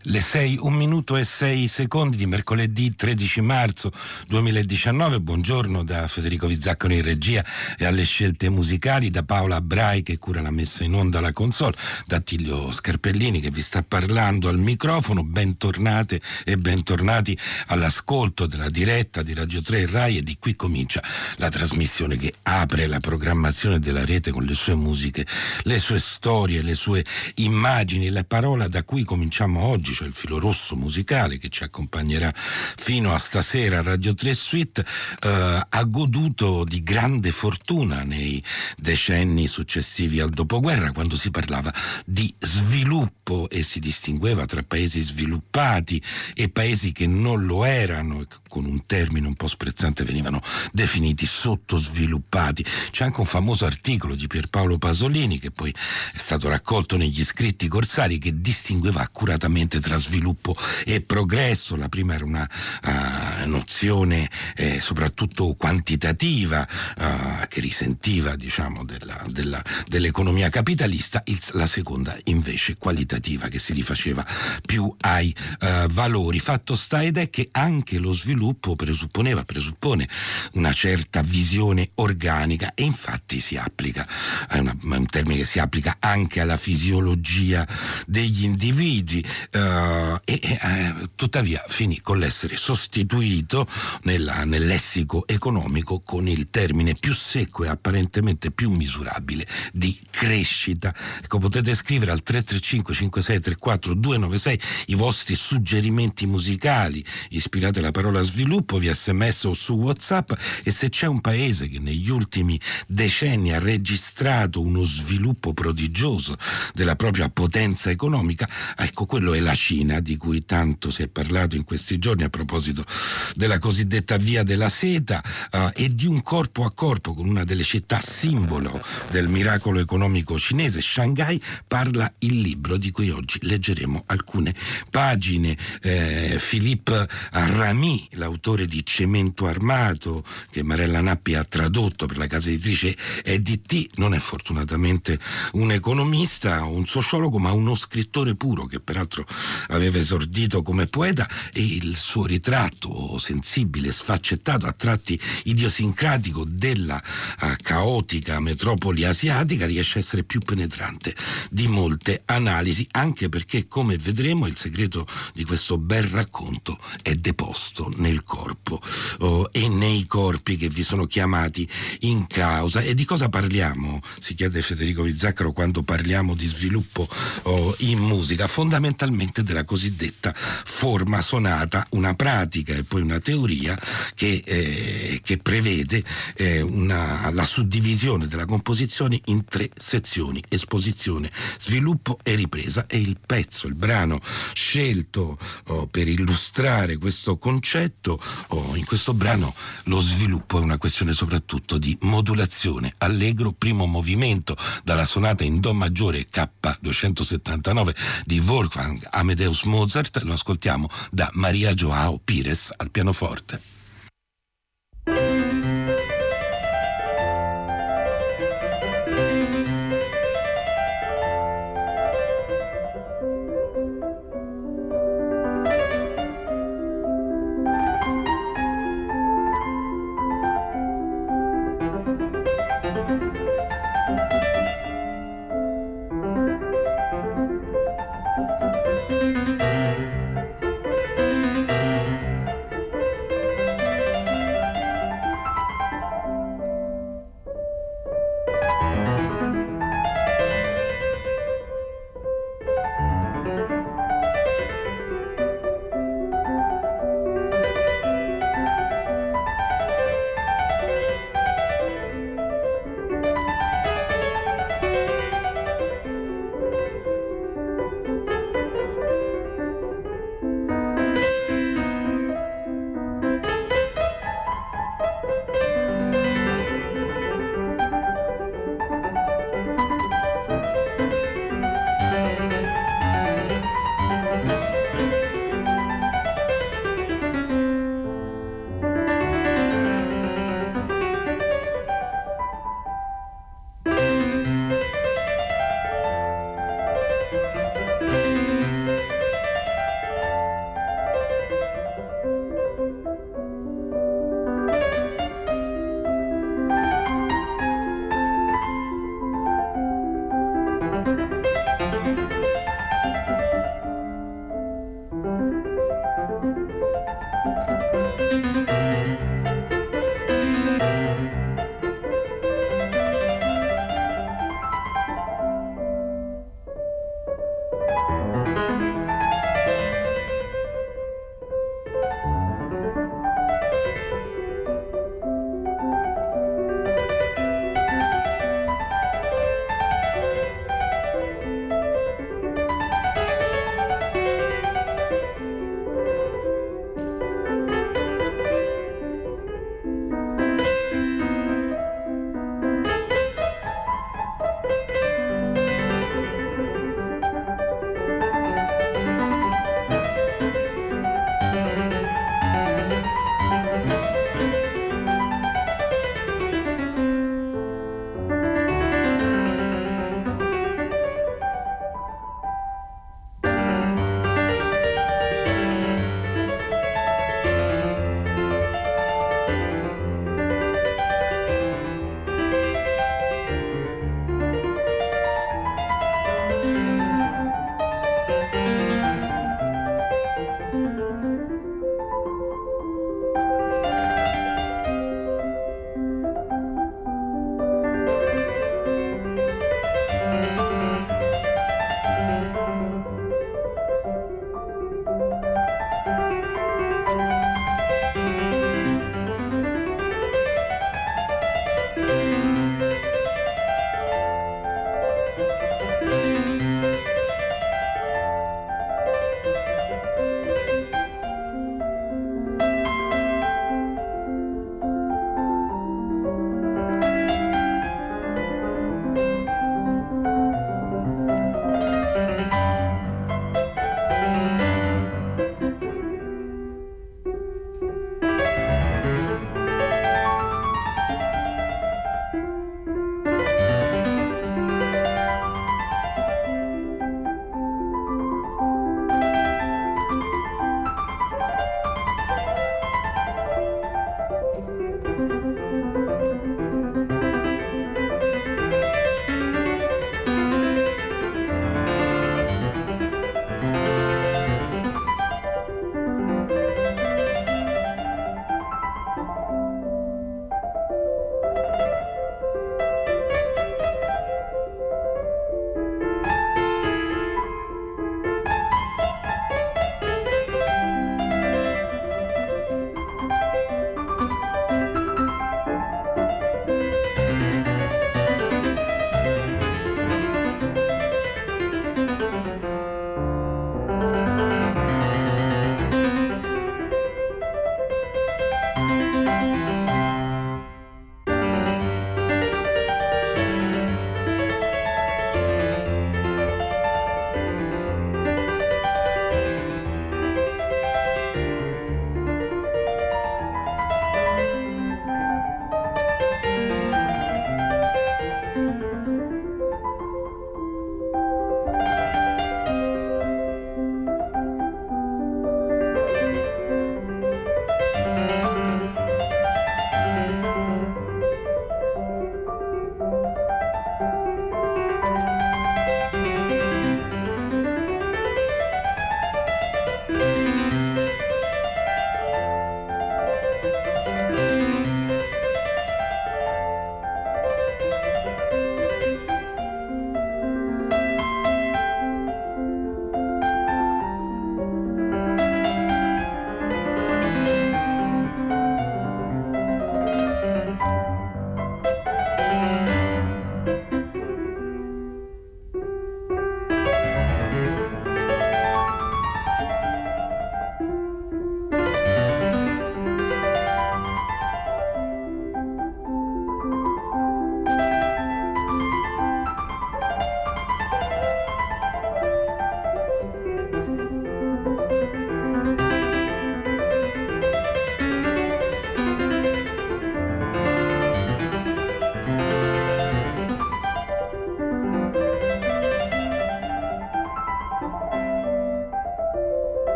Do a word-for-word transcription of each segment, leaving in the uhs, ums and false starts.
Le sei, un minuto e sei secondi di mercoledì tredici marzo duemiladiciannove. Buongiorno da Federico Vizzacconi in regia e alle scelte musicali, da Paola Brai che cura la messa in onda alla console, da Attilio Scarpellini che vi sta parlando al microfono. Bentornate e bentornati all'ascolto della diretta di Radio tre e Rai, e di qui comincia la trasmissione che apre la programmazione della rete con le sue musiche, le sue storie, le sue immagini. La parola da cui cominciamo oggi, cioè il filo rosso musicale che ci accompagnerà fino a stasera a Radio tre Suite, eh, ha goduto di grande fortuna nei decenni successivi al dopoguerra, quando si parlava di sviluppo e si distingueva tra paesi sviluppati e paesi che non lo erano, e con un termine un po' sprezzante venivano definiti sottosviluppati. C'è anche un famoso articolo di Pierpaolo Pasolini, che poi è stato raccolto negli scritti corsari, che distingueva accuratamente tra sviluppo e progresso. La prima era una uh, nozione eh, soprattutto quantitativa, uh, che risentiva, diciamo, della, della, dell'economia capitalista. Il, la seconda invece qualitativa, che si rifaceva più ai uh, valori. Fatto sta ed è che anche lo sviluppo presupponeva, presuppone una certa visione organica, e infatti si applica, è, una, è un termine che si applica anche alla fisiologia degli individui. Uh, e eh, tuttavia finì con l'essere sostituito nella, nel lessico economico con il termine più secco e apparentemente più misurabile di crescita. Ecco, potete scrivere al tre tre cinque cinque sei tre quattro due nove sei i vostri suggerimenti musicali ispirati alla parola sviluppo via sms o su WhatsApp, e se c'è un paese che negli ultimi decenni ha registrato uno sviluppo prodigioso della propria potenza economica, ecco, quello è la Cina, di cui tanto si è parlato in questi giorni a proposito della cosiddetta via della seta, uh, e di un corpo a corpo con una delle città simbolo del miracolo economico cinese. Shanghai parla il libro di cui oggi leggeremo alcune pagine. eh, Philippe Ramy, l'autore di Cemento Armato, che Marella Nappi ha tradotto per la casa editrice E D T, non è fortunatamente un economista o un sociologo, ma uno scrittore puro, che peraltro aveva esordito come poeta, e il suo ritratto sensibile, sfaccettato, a tratti idiosincratico della uh, caotica metropoli asiatica, riesce a essere più penetrante di molte analisi, anche perché, come vedremo, il segreto di questo bel racconto è deposto nel corpo oh, e nei corpi che vi sono chiamati in causa. E di cosa parliamo, si chiede Federico Vizzaccaro, quando parliamo di sviluppo oh, in musica? Fondamentalmente della cosiddetta forma sonata, una pratica e poi una teoria che, eh, che prevede eh, una, la suddivisione della composizione in tre sezioni: esposizione, sviluppo e ripresa. E il pezzo, il brano scelto oh, per illustrare questo concetto, oh, in questo brano lo sviluppo è una questione soprattutto di modulazione. Allegro, primo movimento dalla sonata in Do maggiore K duecentosettantanove di Wolfgang Amadeus Mozart. Lo ascoltiamo da Maria Joao Pires al pianoforte.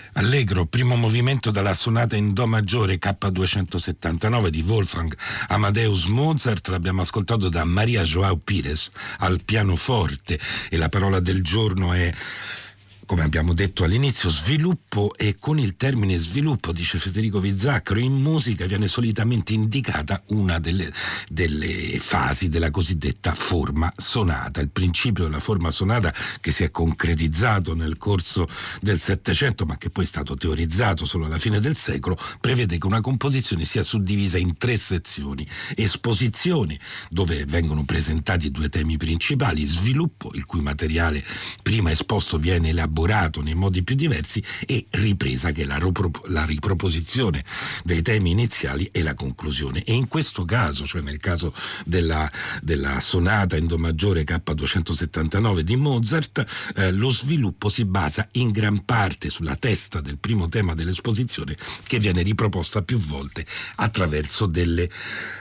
Allegro, primo movimento dalla sonata in Do maggiore K duecentosettantanove di Wolfgang Amadeus Mozart. L'abbiamo ascoltato da Maria João Pires al pianoforte e la parola del giorno è, come abbiamo detto all'inizio, sviluppo, e con il termine sviluppo, dice Federico Vizzaccaro, in musica viene solitamente indicata una delle, delle fasi della cosiddetta forma sonata. Il principio della forma sonata, che si è concretizzato nel corso del Settecento ma che poi è stato teorizzato solo alla fine del secolo, prevede che una composizione sia suddivisa in tre sezioni: esposizione, dove vengono presentati due temi principali; sviluppo, il cui materiale prima esposto viene elaborato nei modi più diversi; e ripresa, che è la, ripro- la riproposizione dei temi iniziali e la conclusione. E in questo caso, cioè nel caso della, della sonata in Do maggiore K duecentosettantanove di Mozart, eh, lo sviluppo si basa in gran parte sulla testa del primo tema dell'esposizione, che viene riproposta più volte attraverso delle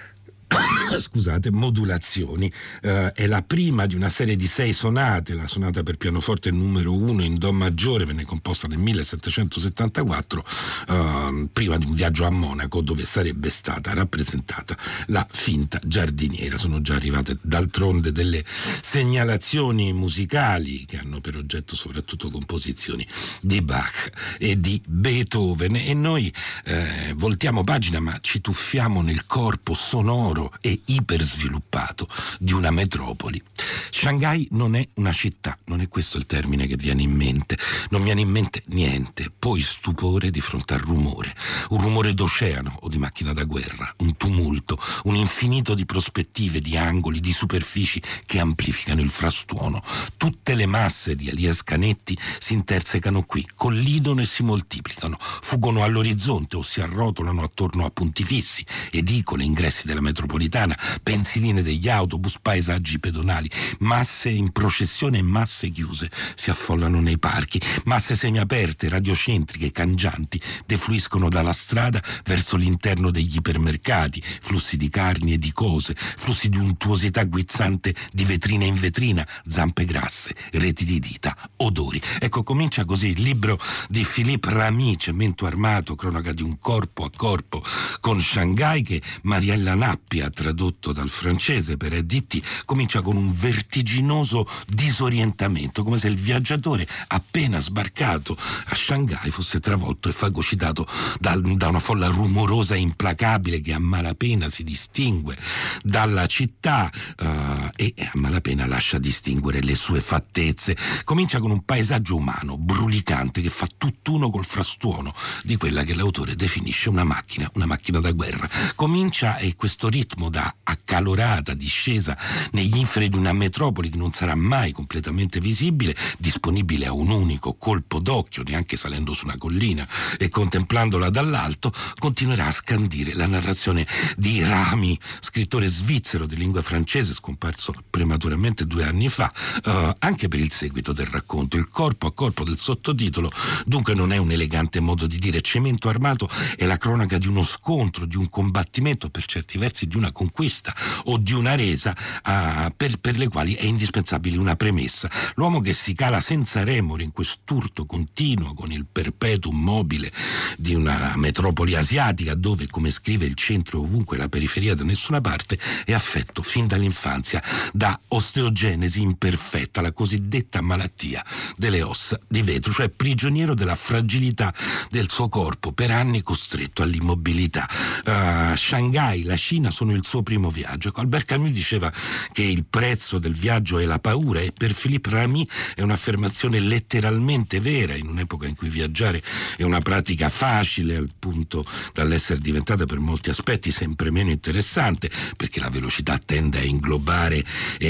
scusate, modulazioni. Uh, è la prima di una serie di sei sonate. La sonata per pianoforte numero uno in Do maggiore venne composta nel millesettecentosettantaquattro, uh, prima di un viaggio a Monaco, dove sarebbe stata rappresentata la finta giardiniera. Sono già arrivate d'altronde delle segnalazioni musicali che hanno per oggetto soprattutto composizioni di Bach e di Beethoven, e noi eh, voltiamo pagina, ma ci tuffiamo nel corpo sonoro e ipersviluppato di una metropoli. Shanghai non è una città, non è questo il termine che viene in mente. Non viene in mente niente, poi stupore di fronte al rumore, un rumore d'oceano o di macchina da guerra, un tumulto, un infinito di prospettive, di angoli, di superfici che amplificano il frastuono. Tutte le masse di Elias Canetti si intersecano qui, collidono e si moltiplicano, fuggono all'orizzonte o si arrotolano attorno a punti fissi, edicole, ingressi della metropolitana, pensiline degli autobus, paesaggi pedonali. Masse in processione e masse chiuse si affollano nei parchi. Masse semiaperte, radiocentriche, cangianti, defluiscono dalla strada verso l'interno degli ipermercati, flussi di carni e di cose, flussi di untuosità guizzante di vetrina in vetrina, zampe grasse, reti di dita, odori. Ecco, comincia così il libro di Philippe Ramy, Cemento armato, cronaca di un corpo a corpo con Shanghai, che Mariella Nappi ha tradotto dal francese per Editti. Comincia con un vertiginoso disorientamento, come se il viaggiatore appena sbarcato a Shanghai fosse travolto e fagocitato da, da una folla rumorosa e implacabile che a malapena si distingue dalla città uh, e a malapena lascia distinguere le sue fattezze. Comincia con un paesaggio umano brulicante che fa tutt'uno col frastuono di quella che l'autore definisce una macchina, una macchina da guerra. Comincia, e questo ritmo da accalorata discesa negli inferi di una metropoli che non sarà mai completamente visibile, disponibile a un unico colpo d'occhio, neanche salendo su una collina e contemplandola dall'alto, continuerà a scandire la narrazione di Ramy, scrittore svizzero di lingua francese, scomparso prematuramente due anni fa, uh, anche per il seguito del racconto. Il corpo a corpo del sottotitolo, dunque, non è un elegante modo di dire. Cemento armato è la cronaca di uno scontro, di un combattimento, per certi versi di una conquista o di una resa, uh, per, per le quali è indispensabile una premessa. L'uomo che si cala senza remore in quest'urto continuo con il perpetuum mobile di una metropoli asiatica, dove, come scrive, il centro è ovunque, la periferia da nessuna parte, è affetto fin dall'infanzia da osteogenesi imperfetta, la cosiddetta malattia delle ossa di vetro, cioè prigioniero della fragilità del suo corpo, per anni costretto all'immobilità. Uh, Shanghai, la Cina sono il suo primo viaggio. Albert Camus diceva che il prezzo del viaggio è la paura, e per Philippe Ramy è un'affermazione letteralmente vera, in un'epoca in cui viaggiare è una pratica facile, al punto dall'essere diventata per molti aspetti sempre meno interessante, perché la velocità tende a inglobare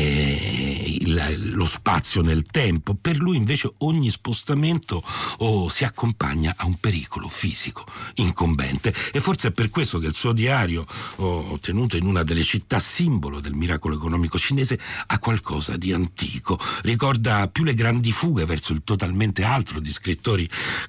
eh, il, lo spazio nel tempo. Per lui invece ogni spostamento oh, si accompagna a un pericolo fisico incombente, e forse è per questo che il suo diario, oh, tenuto avvenuto in una delle città simbolo del miracolo economico cinese, ha qualcosa di antico. Ricorda più le grandi fughe verso il totalmente altro di scrittori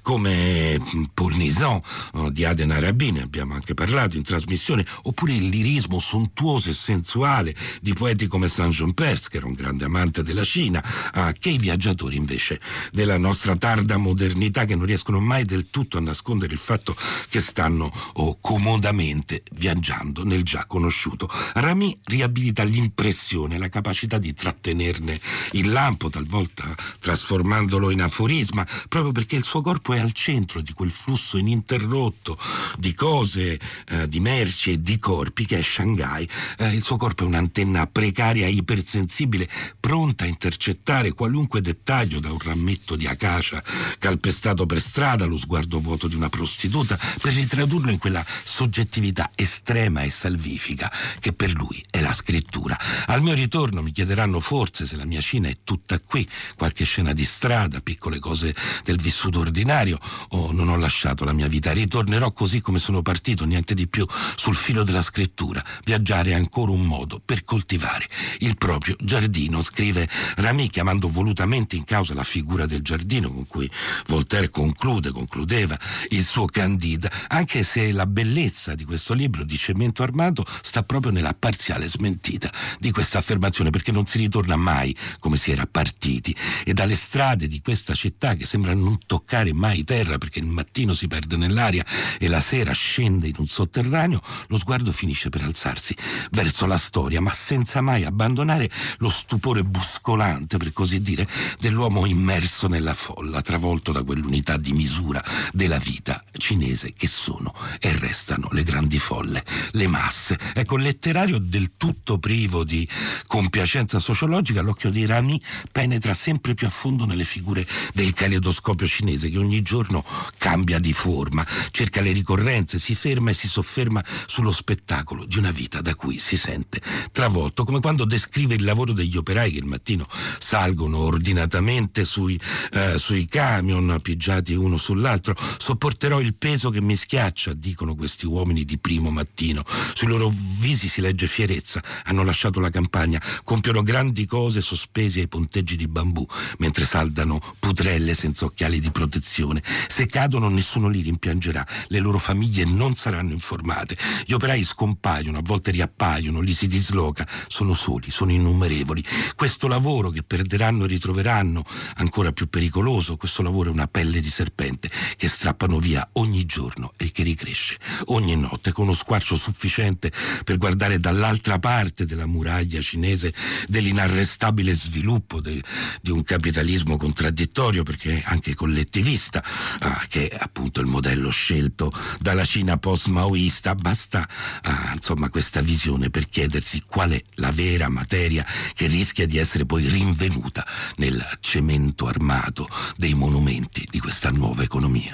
come Paul Nizan, di Aden Arabi, ne abbiamo anche parlato in trasmissione, oppure il lirismo sontuoso e sensuale di poeti come Saint-Jean Perse, che era un grande amante della Cina, ah, che i viaggiatori invece della nostra tarda modernità, che non riescono mai del tutto a nascondere il fatto che stanno oh, comodamente viaggiando nel già conosciuto. Rami riabilita l'impressione, la capacità di trattenerne il lampo, talvolta trasformandolo in aforisma, proprio perché il suo corpo è al centro di quel flusso ininterrotto di cose, eh, di merci e di corpi che è Shanghai. Eh, il suo corpo è un'antenna precaria, ipersensibile, pronta a intercettare qualunque dettaglio, da un rammetto di acacia calpestato per strada, lo sguardo vuoto di una prostituta, per ritradurlo in quella soggettività estrema e salvifica che per lui è la scrittura. Al mio ritorno mi chiederanno forse se la mia Cina è tutta qui, qualche scena di strada, piccole cose del vissuto ordinario, o non ho lasciato la mia vita. Ritornerò così come sono partito, niente di più, sul filo della scrittura. Viaggiare è ancora un modo per coltivare il proprio giardino, scrive Rami, chiamando volutamente in causa la figura del giardino con cui Voltaire conclude, concludeva il suo Candide, anche se la bellezza di questo libro di Cemento Armato sta proprio nella parziale smentita di questa affermazione, perché non si ritorna mai come si era partiti, e dalle strade di questa città che sembra non toccare mai terra, perché il mattino si perde nell'aria e la sera scende in un sotterraneo, lo sguardo finisce per alzarsi verso la storia, ma senza mai abbandonare lo stupore buscolante, per così dire, dell'uomo immerso nella folla, travolto da quell'unità di misura della vita cinese che sono e restano le grandi folle, le masse. Ecco, letterario del tutto privo di compiacenza sociologica, l'occhio di Rami penetra sempre più a fondo nelle figure del caleidoscopio cinese, che ogni giorno cambia di forma, cerca le ricorrenze, si ferma e si sofferma sullo spettacolo di una vita da cui si sente travolto, come quando descrive il lavoro degli operai che il mattino salgono ordinatamente sui, eh, sui camion pigiati uno sull'altro. Sopporterò il peso che mi schiaccia, dicono questi uomini di primo mattino. Sui loro visi si legge fierezza, hanno lasciato la campagna, compiono grandi cose sospesi ai ponteggi di bambù, mentre saldano putrelle senza occhiali di protezione. Se cadono nessuno li rimpiangerà, le loro famiglie non saranno informate. Gli operai scompaiono, a volte riappaiono, li si disloca, sono soli, sono innumerevoli. Questo lavoro che perderanno e ritroveranno, ancora più pericoloso, questo lavoro è una pelle di serpente che strappano via ogni giorno e che ricresce ogni notte, con uno squarcio sufficiente per guardare dall'altra parte della muraglia cinese dell'inarrestabile sviluppo de, di un capitalismo contraddittorio, perché anche collettivista, ah, che è appunto il modello scelto dalla Cina post-maoista. Basta ah, insomma questa visione per chiedersi qual è la vera materia che rischia di essere poi rinvenuta nel cemento armato dei monumenti di questa nuova economia.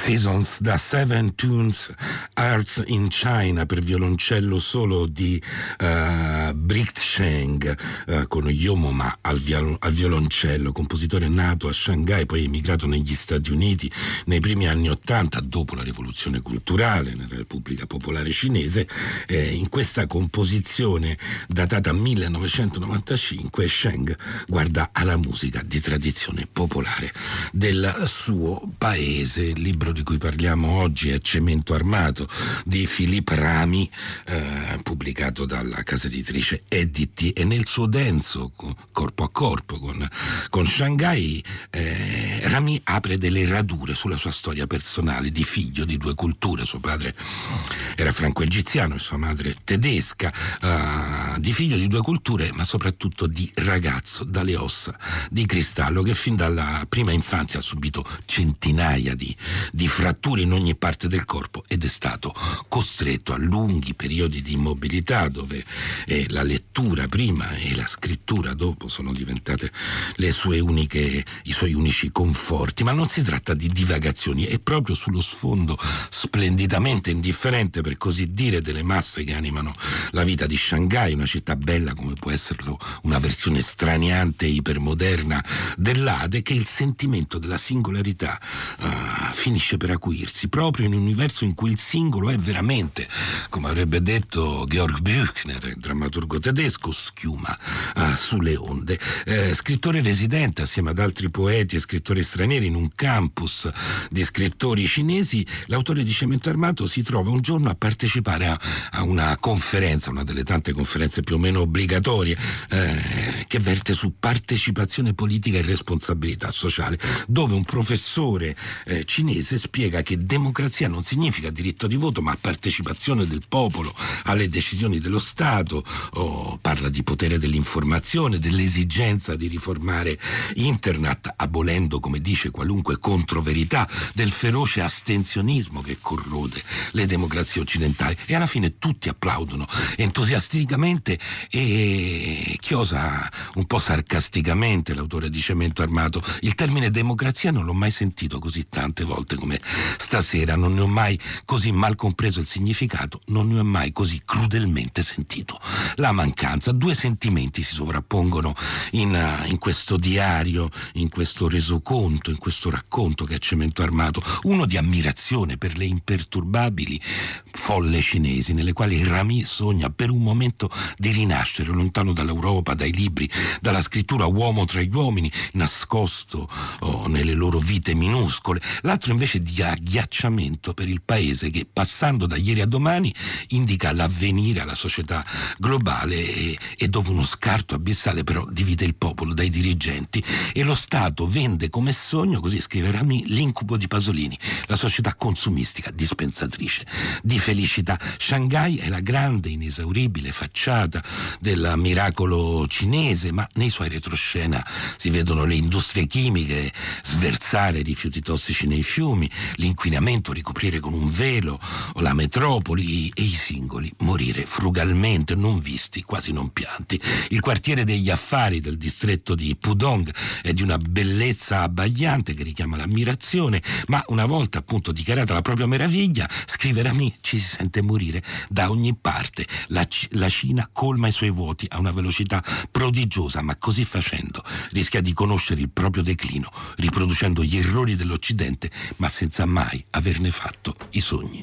Seasons da Seven Tunes Arts in China per violoncello solo di uh, Britt Cheng uh, con Yomo Ma al, viol- al violoncello, compositore nato a Shanghai, poi emigrato negli Stati Uniti nei primi anni Ottanta dopo la rivoluzione culturale nella Repubblica Popolare Cinese. Eh, in questa composizione datata millenovecentonovantacinque Cheng guarda alla musica di tradizione popolare del suo paese. Il libro di cui parliamo oggi è Cemento Armato di Philippe Rami, eh, pubblicato dalla casa editrice Edity, e nel suo denso corpo a corpo con, con Shanghai eh, Rami apre delle radure sulla sua storia personale di figlio di due culture. Suo padre era franco-egiziano e sua madre tedesca, eh, di figlio di due culture, ma soprattutto di ragazzo dalle ossa di cristallo che fin dalla prima infanzia ha subito centinaia di, di fratture in ogni parte del corpo ed è stato costretto a lunghi periodi di immobilità dove eh, la lettura prima e la scrittura dopo sono diventate le sue uniche, i suoi unici conforti. Ma non si tratta di divagazioni, è proprio sullo sfondo splendidamente indifferente, per così dire, delle masse che animano la vita di Shanghai, una città bella come può esserlo una versione straniante e ipermoderna dell'Ade, che il sentimento della singolarità uh, finisce per acuirsi proprio in un universo in cui il singolo è veramente, come avrebbe detto Georg Büchner, il drammaturgo tedesco, schiuma uh, sulle onde. Eh, scrittore residente assieme ad altri poeti e scrittori stranieri in un campus di scrittori cinesi, l'autore di Cemento Armato si trova un giorno a partecipare a, a una conferenza, una delle tante conferenze più o meno obbligatorie, eh, che verte su partecipazione politica e responsabilità sociale, dove un professore eh, cinese spiega che democrazia non significa diritto di voto ma partecipazione del popolo alle decisioni dello Stato. Oh, parla di potere dell'informazione, dell'esigenza di riformare internet abolendo, come dice, qualunque controverità, del feroce astensionismo che corrode le democrazie occidentali, e alla fine tutti applaudono entusiasticamente e chiosa un po' sarcasticamente l'autore di Cemento Armato: il termine democrazia non l'ho mai sentito così tante volte come stasera, non ne ho mai così mal compreso il significato, non ne ho mai così crudelmente sentito la mancanza. Due sentimenti si sovrappongono in, in questo diario, in questo resoconto, in questo racconto che è Cemento Armato: uno di ammirazione per le imperturbabili folle cinesi nelle quali Rami sogna per un momento di rinascere lontano dall'Europa, dai libri, dalla scrittura, uomo tra gli uomini, nascosto oh, nelle loro vite minuscole. L'altro invece di agghiacciamento per il paese che, passando da ieri a domani, indica l'avvenire alla società globale e, e dove uno scarto abissale però divide il popolo dai dirigenti e lo Stato vende come sogno, così scrive Rami, l'incubo di Pasolini, la società consumistica dispensatrice di felicità. Shanghai è la grande inesauribile facciata del miracolo cinese, ma nei suoi retroscena si vedono le industrie chimiche sversare rifiuti tossici nei fiumi, l'inquinamento ricoprire con un velo la metropoli e i singoli morire frugalmente, non visti, quasi non pianti. Il quartiere degli affari del distretto di Pudong è di una bellezza abbagliante che richiama l'ammirazione, ma una volta appunto dichiarata la propria meraviglia, scrive Rami, ci si sente morire da ogni parte. La, C- la Cina colma i suoi vuoti a una velocità prodigiosa, ma così facendo rischia di conoscere il proprio declino, riproducendo gli errori dell'Occidente, ma senza mai averne fatto i sogni.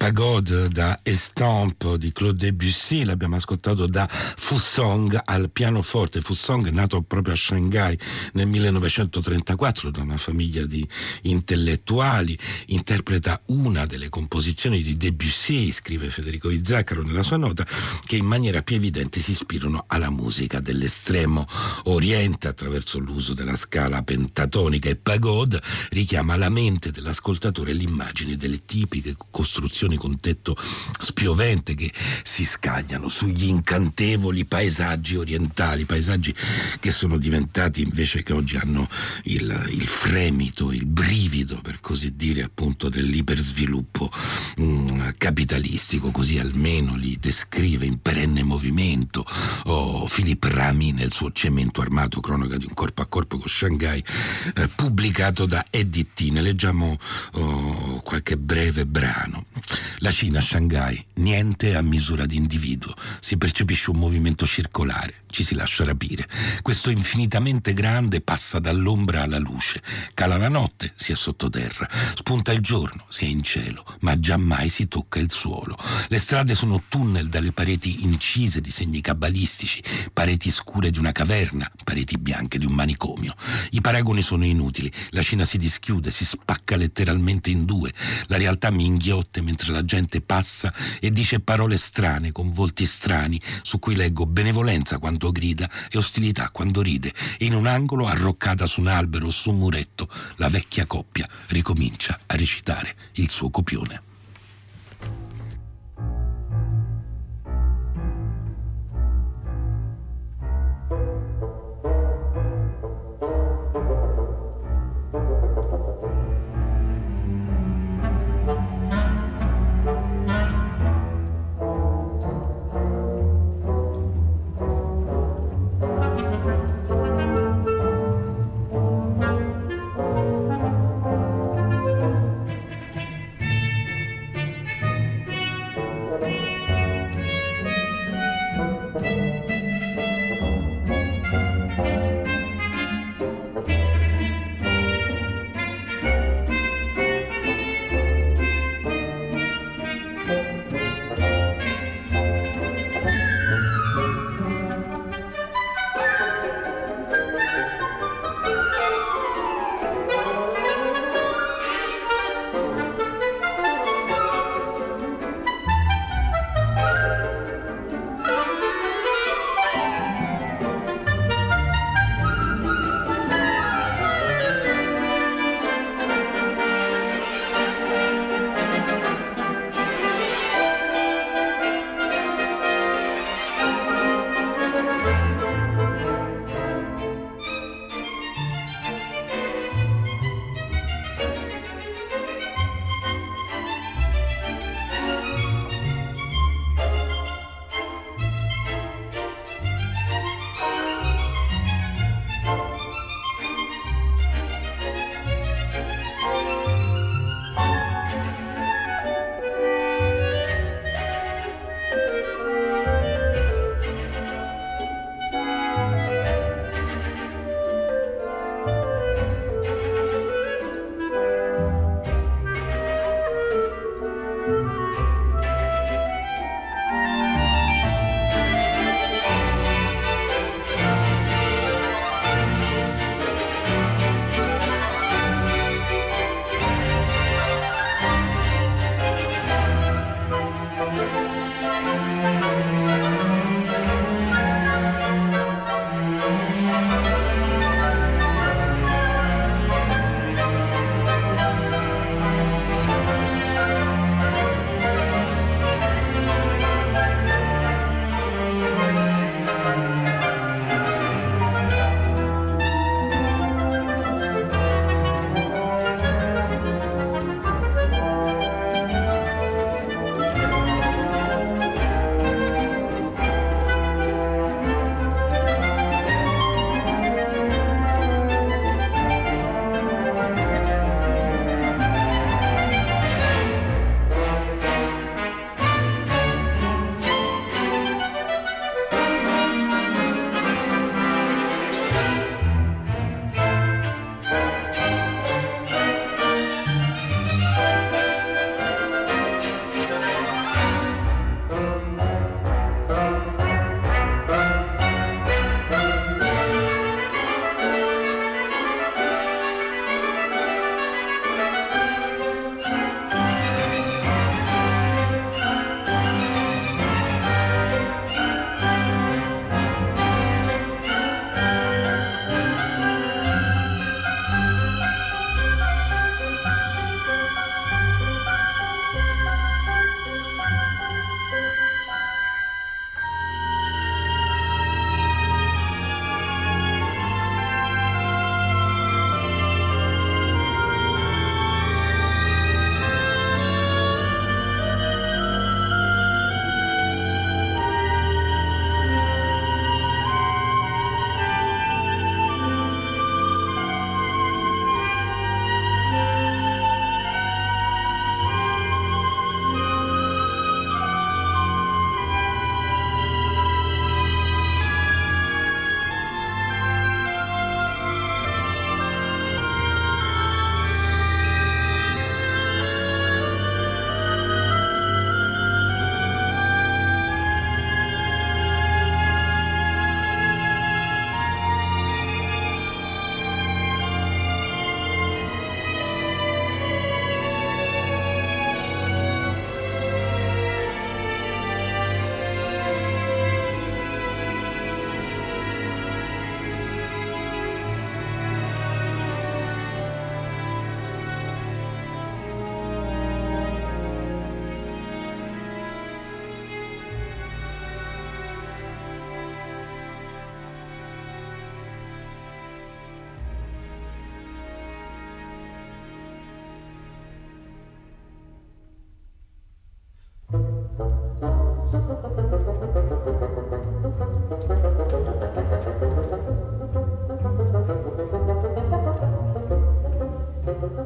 Pagode da Estampe di Claude Debussy, l'abbiamo ascoltato da Fusong al pianoforte. Fusong è nato proprio a Shanghai nel millenovecentotrentaquattro da una famiglia di intellettuali, interpreta una delle composizioni di Debussy, scrive Federico Izzaccaro nella sua nota, che in maniera più evidente si ispirano alla musica dell'estremo oriente attraverso l'uso della scala pentatonica, e Pagode richiama alla mente dell'ascoltatore l'immagine delle tipiche costruzioni con tetto spiovente che si scagliano sugli incantevoli paesaggi orientali, paesaggi che sono diventati, invece che oggi hanno il, il fremito, il brivido, per così dire, appunto dell'ipersviluppo mh, capitalistico, così almeno li descrive in perenne movimento oh, Philippe Rami nel suo Cemento armato, cronaca di un corpo a corpo con Shanghai, eh, pubblicato da Edit. Ne leggiamo oh, qualche breve brano. La Cina, Shanghai, niente a misura di individuo, si percepisce un movimento circolare, ci si lascia rapire. Questo infinitamente grande passa dall'ombra alla luce, cala la notte, si è sottoterra, spunta il giorno, si è in cielo, ma giammai si tocca il suolo. Le strade sono tunnel dalle pareti incise di segni cabalistici, pareti scure di una caverna, pareti bianche di un manicomio. I paragoni sono inutili, la Cina si dischiude, si spacca letteralmente in due, la realtà mi inghiotte mentre la gente passa e dice parole strane con volti strani su cui leggo benevolenza quando grida e ostilità quando ride, e in un angolo arroccata su un albero o su un muretto la vecchia coppia ricomincia a recitare il suo copione.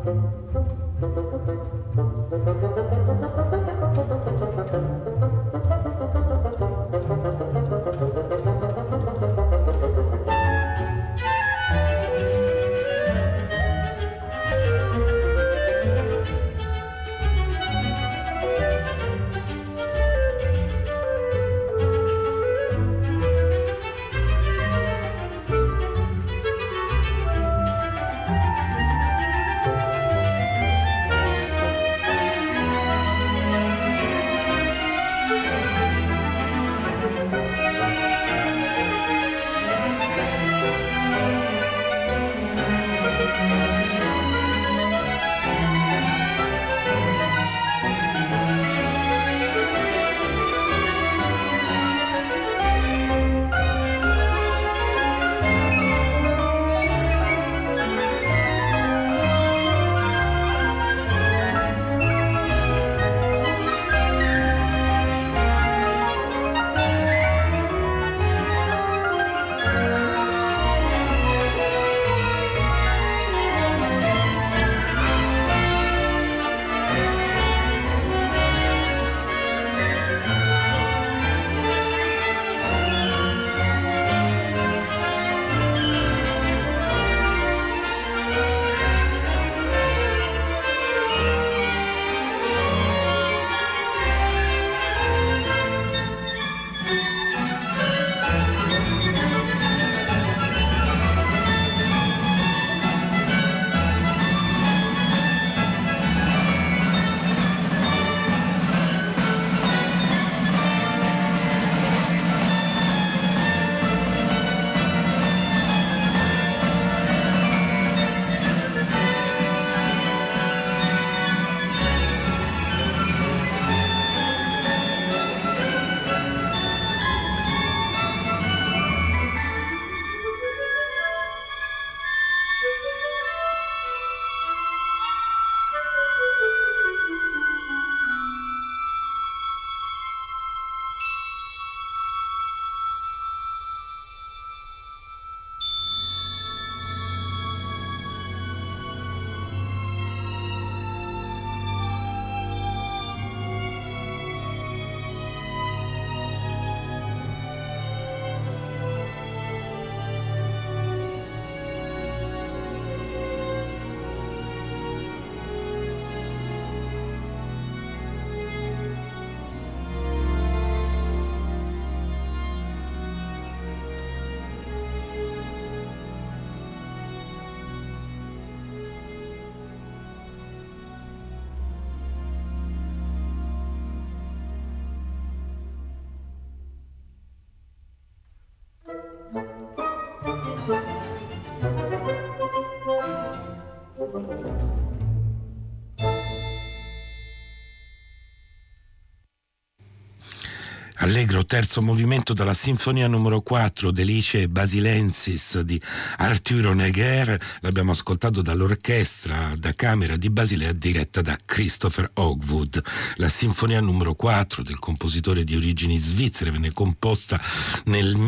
Allegro, terzo movimento dalla sinfonia numero quattro Delicie Basilensis di Arturo Honegger. L'abbiamo ascoltato dall'orchestra da camera di Basilea diretta da Christopher Hogwood. La sinfonia numero quattro del compositore di origini svizzere venne composta nel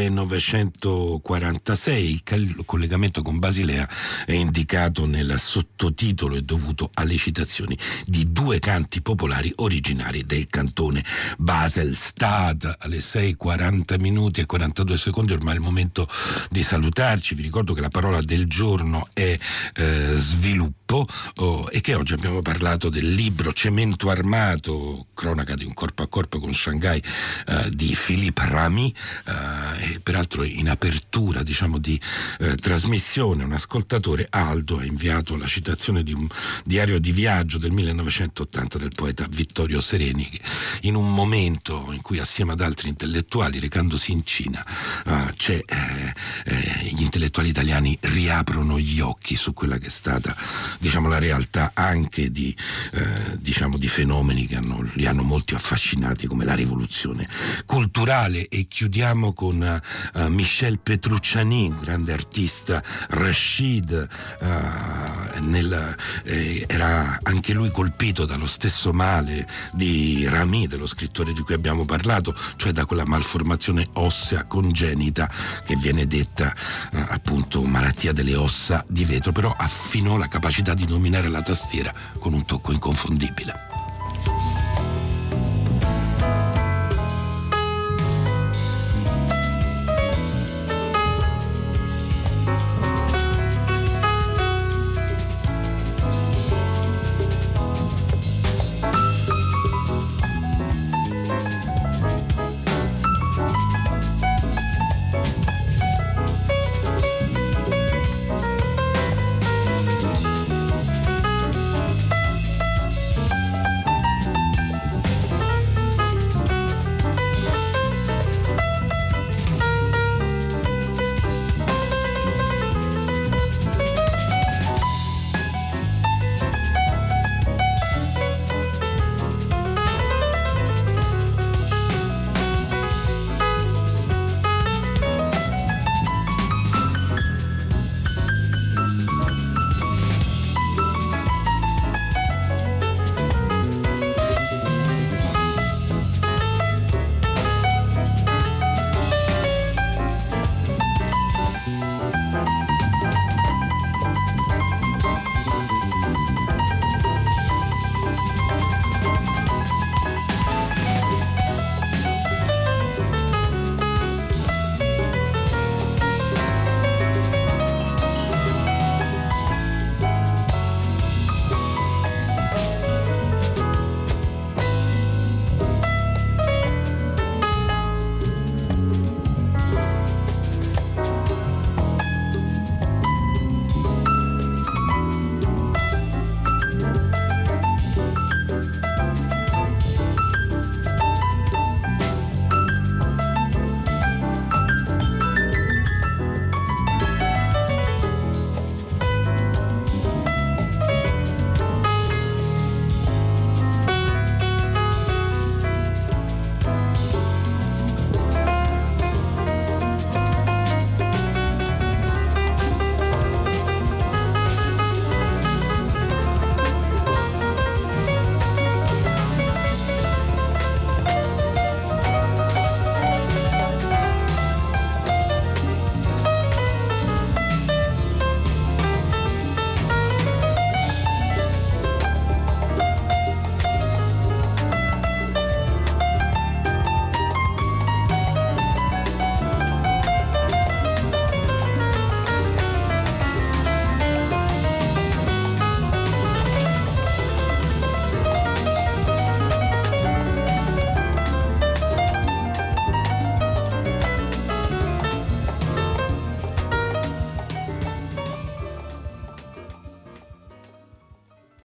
millenovecentoquarantasei. Il collegamento con Basilea è indicato nel sottotitolo e dovuto alle citazioni di due canti popolari originari del cantone Basel-Stadt. Alle sei e quaranta minuti e quarantadue secondi, ormai è il momento di salutarci. Vi ricordo che la parola del giorno è eh, sviluppo oh, e che oggi abbiamo parlato del libro Cemento Armato, cronaca di un corpo a corpo con Shanghai eh, di Philippe Ramy, eh, e peraltro in apertura diciamo di eh, trasmissione un ascoltatore, Aldo, ha inviato la citazione di un diario di viaggio del millenovecentottanta del poeta Vittorio Sereni, che in un momento in cui assieme ad altri intellettuali, recandosi in Cina, uh, c'è, eh, eh, gli intellettuali italiani riaprono gli occhi su quella che è stata, diciamo, la realtà anche di, eh, diciamo, di fenomeni che hanno, li hanno molti affascinati, come la rivoluzione culturale. E chiudiamo con uh, Michel Petrucciani, grande artista, Rashid, uh, nel, eh, era anche lui colpito dallo stesso male di Ramy, dello scrittore di cui abbiamo parlato parlato, cioè da quella malformazione ossea congenita che viene detta eh, appunto malattia delle ossa di vetro, però affinò la capacità di dominare la tastiera con un tocco inconfondibile.